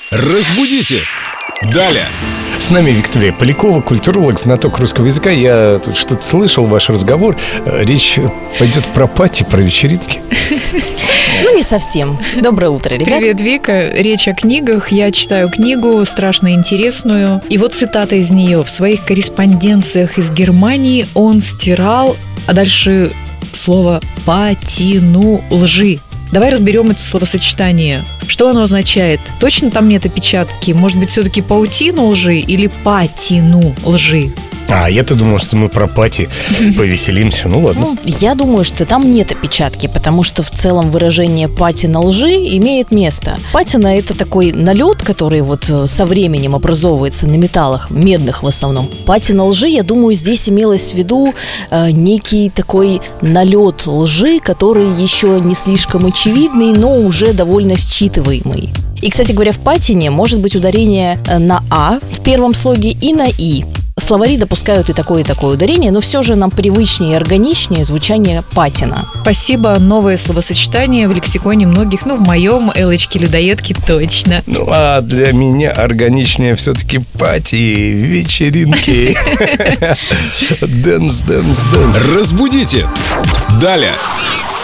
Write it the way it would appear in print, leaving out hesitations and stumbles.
Разбудите! Далее! С нами Виктория Полякова, культуролог, знаток русского языка. Я тут что-то слышал, ваш разговор. Речь пойдет про пати, про вечеринки. Ну, не совсем. Доброе утро, ребят. Привет, Вика. Речь о книгах. Я читаю книгу, страшно интересную. И вот цитата из нее. В своих корреспонденциях из Германии он стирал, а дальше слово «патину лжи». Давай разберем это словосочетание. Что оно означает? Точно там нет опечатки? Может быть, все-таки паутину лжи или патину лжи? Я-то думал, что мы про пати повеселимся. Ну ладно. Я думаю, что там нет опечатки, потому что в целом выражение «патина лжи» имеет место. Патина – это такой налет, который вот со временем образовывается на металлах, медных в основном. Патина лжи, я думаю, здесь имелось в виду некий такой налет лжи, который еще не слишком очевидный, но уже довольно считываемый. И, кстати говоря, в патине может быть ударение на «а» в первом слоге и на «и». Словари допускают и такое ударение, но все же нам привычнее и органичнее звучание «патина». Спасибо, новое словосочетание в лексиконе многих, в моем Элочке-людоедке точно. Ну, а для меня органичнее все-таки пати, вечеринки. Дэнс. Разбудите! Далее!